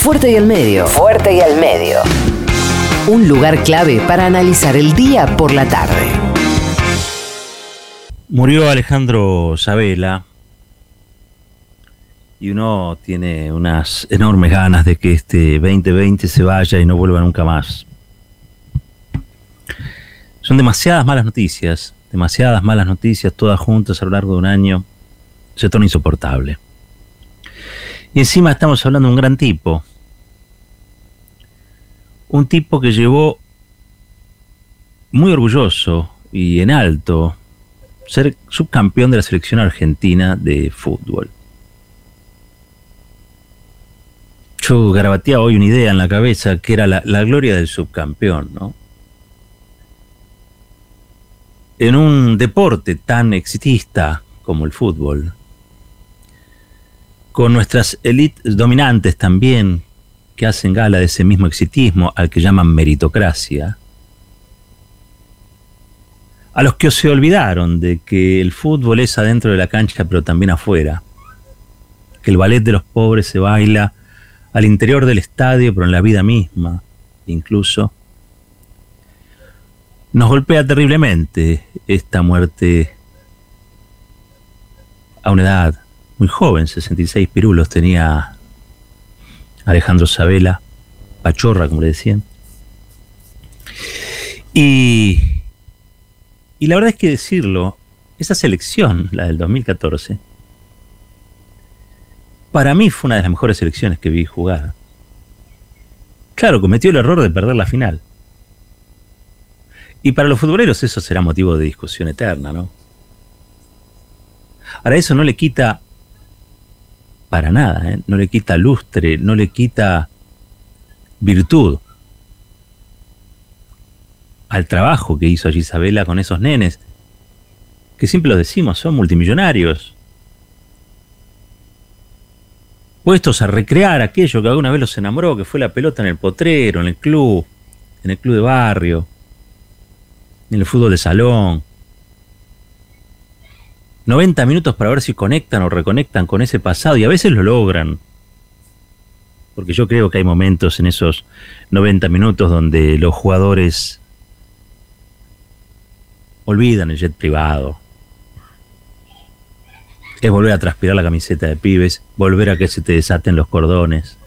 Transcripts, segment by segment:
Fuerte y al medio. Fuerte y al medio. Un lugar clave para analizar el día por la tarde. Murió Alejandro Sabela y uno tiene unas enormes ganas de que este 2020 se vaya y no vuelva nunca más. Son demasiadas malas noticias, todas juntas a lo largo de un año. Se torna insoportable. Y encima estamos hablando de un gran tipo. Un tipo que llevó muy orgulloso y en alto ser subcampeón de la selección argentina de fútbol. Yo garabateaba hoy una idea en la cabeza que era la gloria del subcampeón, ¿no? En un deporte tan exitista como el fútbol, con nuestras élites dominantes también, que hacen gala de ese mismo exitismo al que llaman meritocracia, a los que se olvidaron de que el fútbol es adentro de la cancha pero también afuera, que el ballet de los pobres se baila al interior del estadio pero en la vida misma, incluso, nos golpea terriblemente esta muerte a una edad muy joven. 66 pirulos tenía Alejandro Sabela, Pachorra, como le decían. Y la verdad es que decirlo, esa selección, la del 2014, para mí fue una de las mejores selecciones que vi jugar. Claro, cometió el error de perder la final. Y para los futboleros eso será motivo de discusión eterna, ¿no? Ahora, eso no le quita para nada, ¿eh? No le quita lustre, no le quita virtud al trabajo que hizo allí Sabela con esos nenes, que siempre lo decimos, son multimillonarios, puestos a recrear aquello que alguna vez los enamoró, que fue la pelota en el potrero, en el club de barrio, en el fútbol de salón. 90 minutos para ver si conectan o reconectan con ese pasado, y a veces lo logran, porque yo creo que hay momentos en esos 90 minutos donde los jugadores olvidan el jet privado. Es volver a transpirar la camiseta de pibes, volver a que se te desaten los cordones,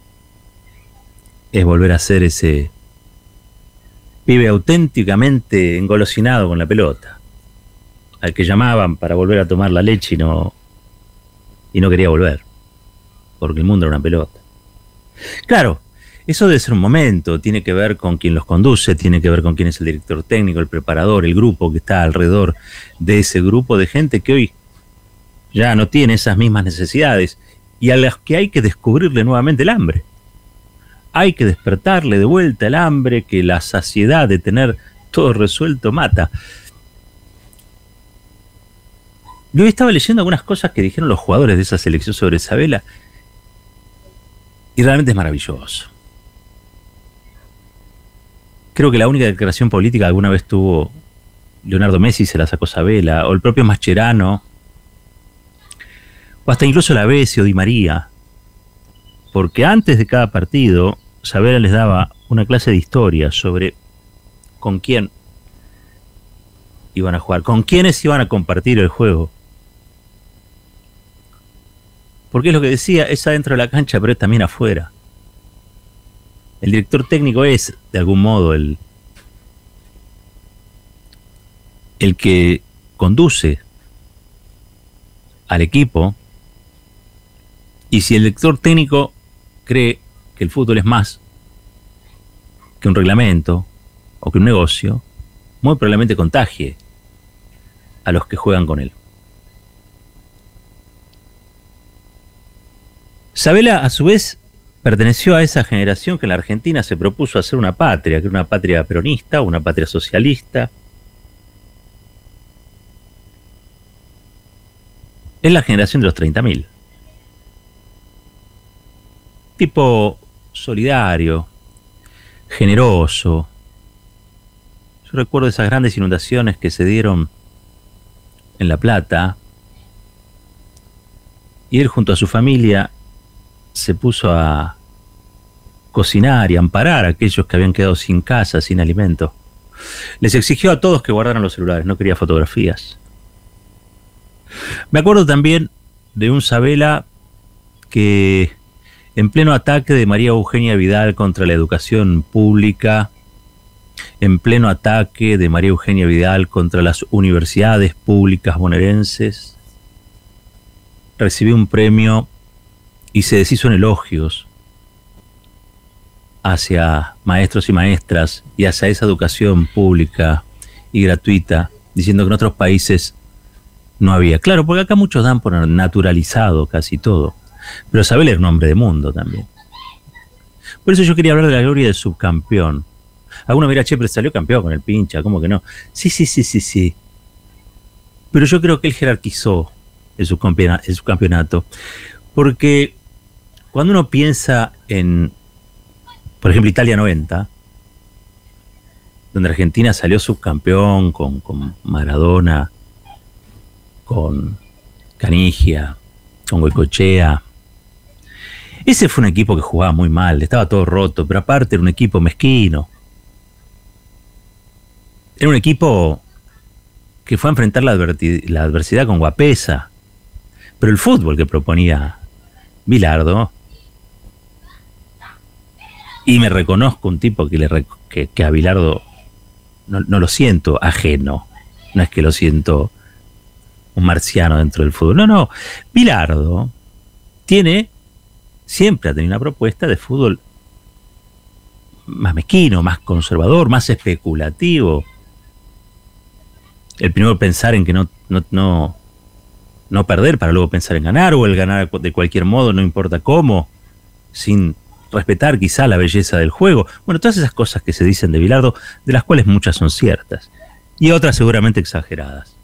es volver a ser ese pibe auténticamente engolosinado con la pelota, al que llamaban para volver a tomar la leche y no quería volver, porque el mundo era una pelota. Claro, eso debe ser un momento, tiene que ver con quien los conduce, tiene que ver con quién es el director técnico, el preparador, el grupo que está alrededor de ese grupo de gente que hoy ya no tiene esas mismas necesidades y a las que hay que descubrirle nuevamente el hambre. Hay que despertarle de vuelta el hambre que la saciedad de tener todo resuelto mata. Yo estaba leyendo algunas cosas que dijeron los jugadores de esa selección sobre Sabela y realmente es maravilloso. Creo que la única declaración política que alguna vez tuvo Leonardo Messi se la sacó Sabela, o el propio Mascherano, o hasta incluso la Bessi o Di María, porque antes de cada partido Sabela les daba una clase de historia sobre con quién iban a jugar, con quiénes iban a compartir el juego. Porque es lo que decía, es adentro de la cancha, pero es también afuera. El director técnico es, de algún modo, el que conduce al equipo. Y si el director técnico cree que el fútbol es más que un reglamento o que un negocio, muy probablemente contagie a los que juegan con él. Sabela, a su vez, perteneció a esa generación que en la Argentina se propuso hacer una patria, que era una patria peronista, una patria socialista. Es la generación de los 30.000. Tipo solidario, generoso. Yo recuerdo esas grandes inundaciones que se dieron en La Plata, y él junto a su familia se puso a cocinar y amparar a aquellos que habían quedado sin casa, sin alimento. Les exigió a todos que guardaran los celulares, no quería fotografías. Me acuerdo también de un Sabela que, en pleno ataque de María Eugenia Vidal contra la educación pública, en pleno ataque de María Eugenia Vidal contra las universidades públicas bonaerenses, recibió un premio y se deshizo en elogios hacia maestros y maestras y hacia esa educación pública y gratuita, diciendo que en otros países no había. Claro, porque acá muchos dan por naturalizado casi todo, pero Sabela era un hombre de mundo también. Por eso yo quería hablar de la gloria del subcampeón. Alguno mira, che, pero salió campeón con el Pincha, ¿cómo que no? Sí. Pero yo creo que él jerarquizó el subcampeonato, porque cuando uno piensa en, por ejemplo, Italia 90, donde Argentina salió subcampeón con Maradona, con Canigia, con Goicoechea, ese fue un equipo que jugaba muy mal, estaba todo roto, pero aparte era un equipo mezquino. Era un equipo que fue a enfrentar la adversidad con guapesa. Pero el fútbol que proponía Bilardo, y me reconozco un tipo que a Bilardo no lo siento ajeno, no es que lo siento un marciano dentro del fútbol, no, Bilardo siempre ha tenido una propuesta de fútbol más mezquino, más conservador, más especulativo. El primero pensar en que no perder para luego pensar en ganar, o el ganar de cualquier modo, no importa cómo, sin respetar quizá la belleza del juego. Bueno, todas esas cosas que se dicen de Bilardo, de las cuales muchas son ciertas y otras seguramente exageradas.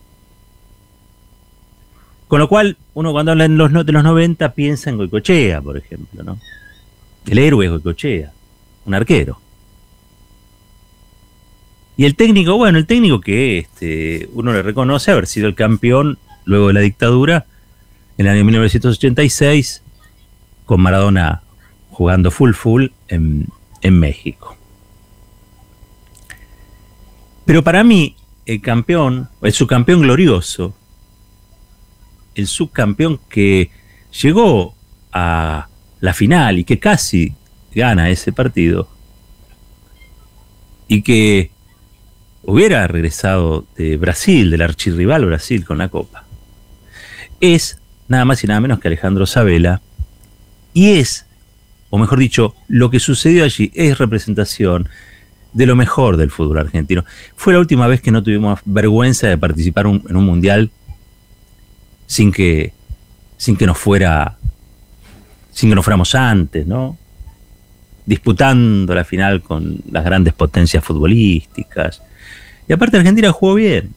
Con lo cual, uno cuando habla de los 90 piensa en Goicoechea, por ejemplo, ¿no? El héroe es Goicoechea, un arquero. Y el técnico que uno le reconoce haber sido el campeón luego de la dictadura en el año 1986, con Maradona jugando full en México. Pero para mí, el subcampeón glorioso, el subcampeón que llegó a la final y que casi gana ese partido, y que hubiera regresado de Brasil, del archirrival Brasil, con la Copa, es nada más y nada menos que Alejandro Sabela, y es, o mejor dicho, lo que sucedió allí es representación de lo mejor del fútbol argentino. Fue la última vez que no tuvimos vergüenza de participar en un mundial sin que nos fuéramos antes, ¿no? Disputando la final con las grandes potencias futbolísticas. Y aparte Argentina jugó bien,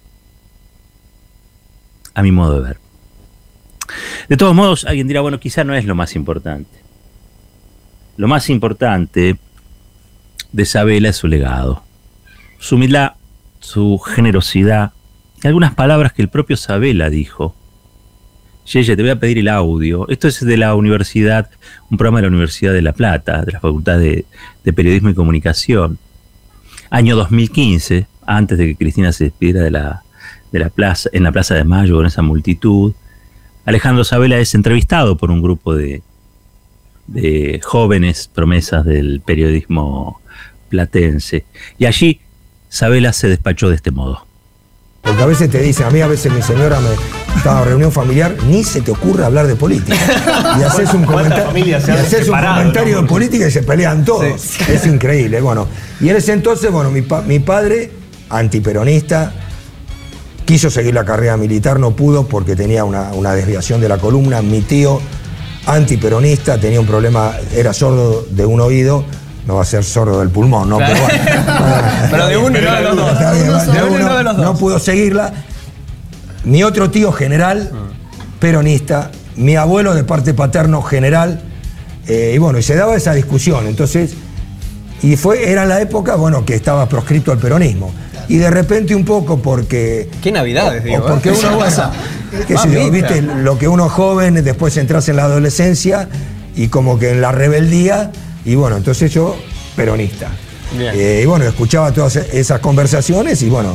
a mi modo de ver. De todos modos, alguien dirá, bueno, quizá no es lo más importante. Lo más importante de Sabela es su legado, su humildad, su generosidad, y algunas palabras que el propio Sabela dijo. Yeye, te voy a pedir el audio. Esto es de la universidad, un programa de la Universidad de La Plata, de la Facultad de Periodismo y Comunicación. Año 2015, antes de que Cristina se despidiera de la plaza, en la Plaza de Mayo con esa multitud. Alejandro Sabela es entrevistado por un grupo de jóvenes promesas del periodismo platense. Y allí Sabela se despachó de este modo. Porque a veces te dicen, a mí a veces mi señora estaba en reunión familiar, ni se te ocurre hablar de política. Y haces un comentario de política y se pelean todos. Sí. Es increíble. Bueno, y en ese entonces, bueno, mi padre, antiperonista, quiso seguir la carrera militar, no pudo porque tenía una desviación de la columna. Mi tío, antiperonista, tenía un problema, era sordo de un oído. No va a ser sordo del pulmón, ¿no? Claro. Pero de uno y no de los dos. No pudo seguirla. Mi otro tío, general, peronista. Mi abuelo, de parte paterno, general. Y bueno, y se daba esa discusión. Entonces, era la época, bueno, que estaba proscripto el peronismo. Y de repente un poco porque... ¿Qué navidades, digo? Porque uno, bueno, qué sé yo, viste, lo que uno es joven, después entras en la adolescencia y como que en la rebeldía y bueno, entonces yo, peronista. Y bueno, escuchaba todas esas conversaciones y bueno,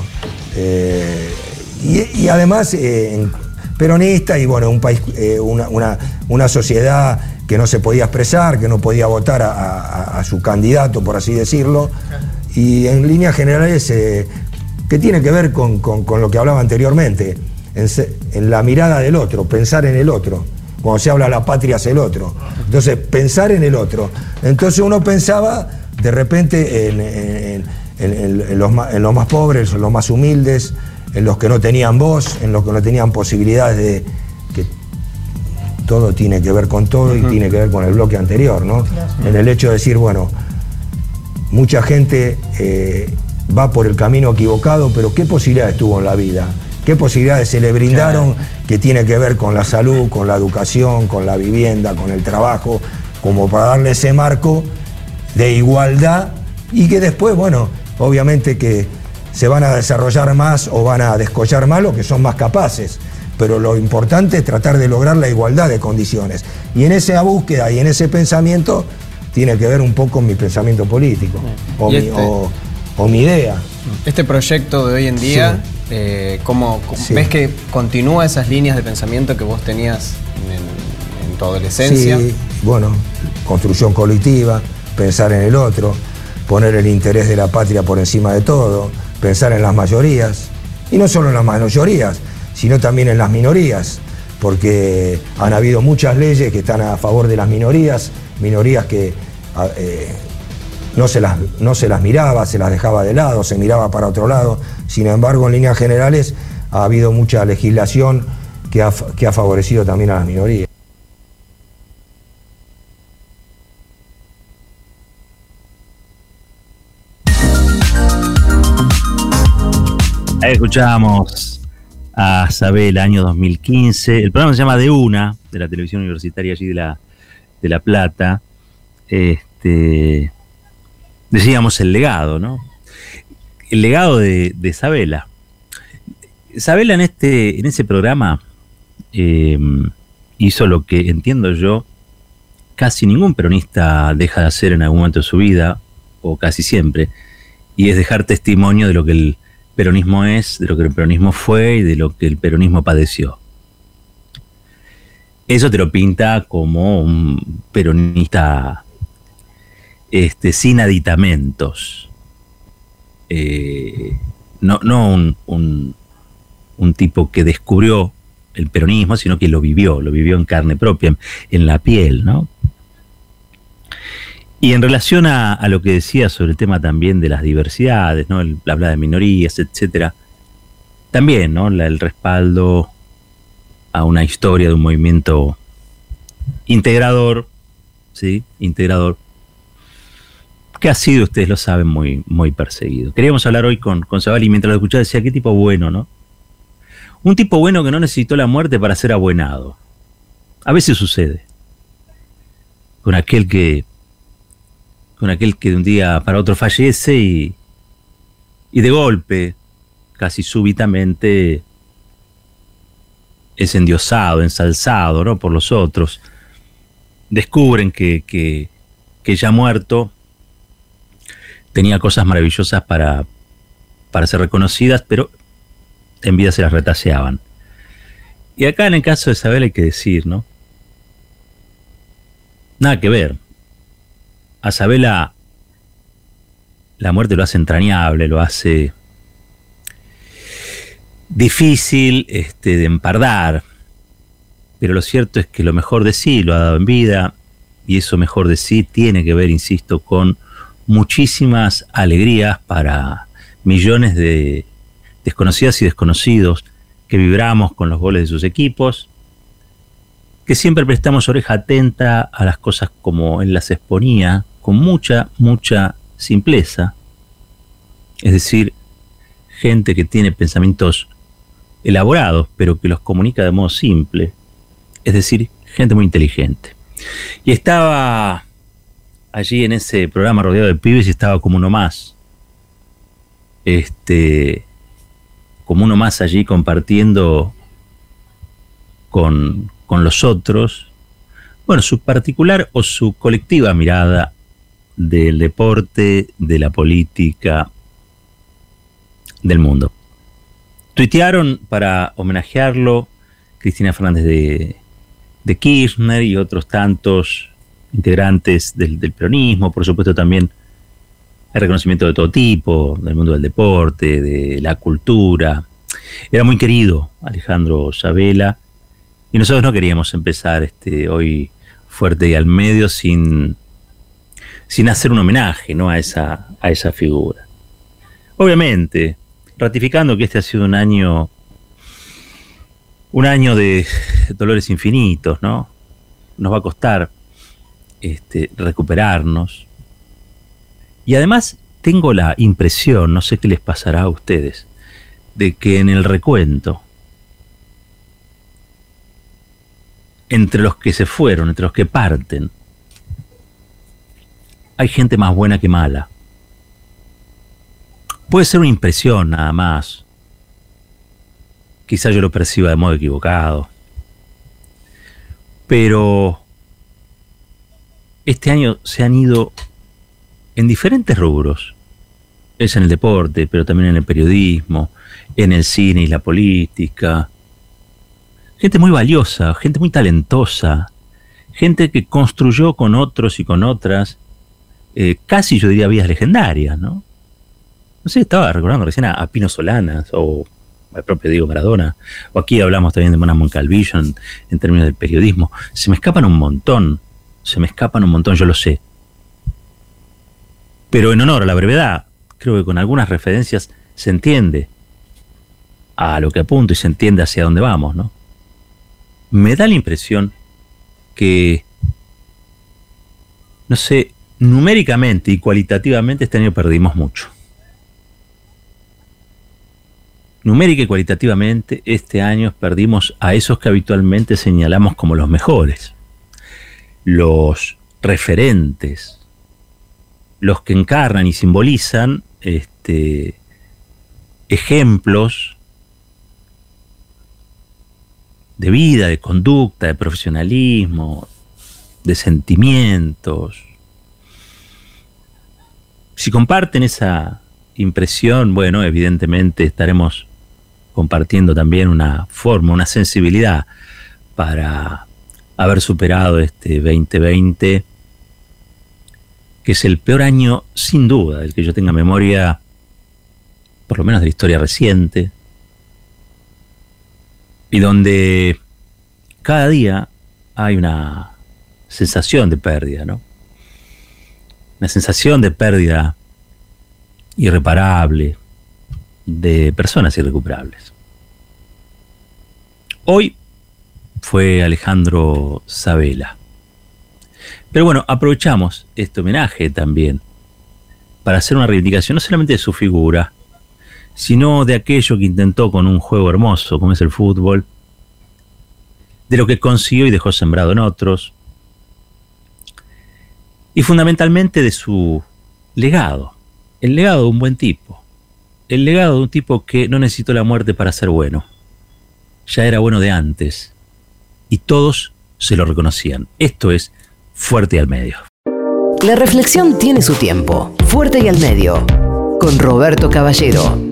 y además peronista y bueno, un país, una sociedad que no se podía expresar, que no podía votar a su candidato, por así decirlo, y en líneas generales que tiene que ver con lo que hablaba anteriormente, en la mirada del otro, pensar en el otro. Cuando se habla la patria es el otro. Entonces, pensar en el otro. Entonces uno pensaba de repente en los más pobres, en los más humildes, en los que no tenían voz, en los que no tenían posibilidades de... que todo tiene que ver con todo y tiene que ver con el bloque anterior, ¿no? En el hecho de decir, bueno, mucha gente va por el camino equivocado, pero ¿qué posibilidades tuvo en la vida? ¿Qué posibilidades se le brindaron que tiene que ver con la salud, con la educación, con la vivienda, con el trabajo, como para darle ese marco de igualdad y que después, bueno, obviamente que se van a desarrollar más o van a descollar más los que son más capaces, pero lo importante es tratar de lograr la igualdad de condiciones. Y en esa búsqueda y en ese pensamiento tiene que ver un poco mi pensamiento político o mi idea. Este proyecto de hoy en día, ¿cómo ves que continúa esas líneas de pensamiento que vos tenías en tu adolescencia? Sí, bueno, construcción colectiva, pensar en el otro, poner el interés de la patria por encima de todo, pensar en las mayorías, y no solo en las mayorías, sino también en las minorías, porque han habido muchas leyes que están a favor de las minorías que no se las miraba, se las dejaba de lado, se miraba para otro lado. Sin embargo, en líneas generales ha habido mucha legislación que ha favorecido también a las minorías. Ahí escuchábamos a Sabela, año 2015. El programa se llama De Una, de la televisión universitaria allí de La Plata. Decíamos el legado, ¿no? El legado de Sabela. Sabela en ese programa hizo lo que, entiendo yo, casi ningún peronista deja de hacer en algún momento de su vida, o casi siempre, y es dejar testimonio de lo que el peronismo es, de lo que el peronismo fue y de lo que el peronismo padeció. Eso te lo pinta como un peronista sin aditamentos. No un tipo que descubrió el peronismo, sino que lo vivió en carne propia, en la piel, ¿no? Y en relación a lo que decía sobre el tema también de las diversidades, ¿no? Habla de minorías, etcétera. También, ¿no? El respaldo a una historia de un movimiento integrador, ¿sí? Integrador, que ha sido, ustedes lo saben, muy, muy perseguido. Queríamos hablar hoy con Sabela y mientras lo escuchaba decía, qué tipo bueno, ¿no? Un tipo bueno que no necesitó la muerte para ser abuenado. A veces sucede. Con aquel que de un día para otro fallece y de golpe, casi súbitamente, es endiosado, ensalzado, ¿no? Por los otros. Descubren que ya muerto tenía cosas maravillosas para ser reconocidas, pero en vida se las retaseaban. Y acá en el caso de Sabela hay que decir, ¿no? Nada que ver. A Sabela la muerte lo hace entrañable, lo hace difícil de empardar, pero lo cierto es que lo mejor de sí lo ha dado en vida, y eso mejor de sí tiene que ver, insisto, con muchísimas alegrías para millones de desconocidas y desconocidos que vibramos con los goles de sus equipos, que siempre prestamos oreja atenta a las cosas como él las exponía, con mucha, mucha simpleza. Es decir, gente que tiene pensamientos elaborados, pero que los comunica de modo simple. Es decir, gente muy inteligente. Y estaba allí en ese programa rodeado de pibes y estaba como uno más. Como uno más allí compartiendo con los otros, bueno, su particular o su colectiva mirada del deporte, de la política, del mundo. Tuitearon para homenajearlo Cristina Fernández de Kirchner y otros tantos integrantes del peronismo, por supuesto también el reconocimiento de todo tipo, del mundo del deporte, de la cultura. Era muy querido Alejandro Sabela y nosotros no queríamos empezar hoy Fuerte y al Medio sin hacer un homenaje, ¿no?, a esa figura. Obviamente, ratificando que este ha sido un año de dolores infinitos, ¿no? Nos va a costar recuperarnos. Y además tengo la impresión, no sé qué les pasará a ustedes, de que en el recuento, entre los que se fueron, entre los que parten, hay gente más buena que mala. Puede ser una impresión nada más. Quizá yo lo perciba de modo equivocado. Pero este año se han ido en diferentes rubros. Es en el deporte, pero también en el periodismo, en el cine y la política. Gente muy valiosa, gente muy talentosa, gente que construyó con otros y con otras, casi yo diría vidas legendarias, ¿no? No sé, estaba recordando recién a Pino Solanas o al propio Diego Maradona, o aquí hablamos también de Mona Moncalvillo en términos del periodismo. Se me escapan un montón, yo lo sé. Pero en honor a la brevedad, creo que con algunas referencias se entiende a lo que apunto y se entiende hacia dónde vamos, ¿no? Me da la impresión que, no sé, numéricamente y cualitativamente este año perdimos mucho. Numérica y cualitativamente este año perdimos a esos que habitualmente señalamos como los mejores, los referentes, los que encarnan y simbolizan ejemplos de vida, de conducta, de profesionalismo, de sentimientos. Si comparten esa impresión, bueno, evidentemente estaremos compartiendo también una forma, una sensibilidad para haber superado este 2020, que es el peor año, sin duda, del que yo tenga memoria, por lo menos de la historia reciente, y donde cada día hay una sensación de pérdida, ¿no? Una sensación de pérdida irreparable de personas irrecuperables. Hoy fue Alejandro Sabela. Pero bueno, aprovechamos este homenaje también para hacer una reivindicación no solamente de su figura, sino de aquello que intentó con un juego hermoso como es el fútbol, de lo que consiguió y dejó sembrado en otros, y fundamentalmente de su legado, el legado de un buen tipo, el legado de un tipo que no necesitó la muerte para ser bueno, ya era bueno de antes, y todos se lo reconocían. Esto es Fuerte y al Medio. La reflexión tiene su tiempo. Fuerte y al Medio, con Roberto Caballero.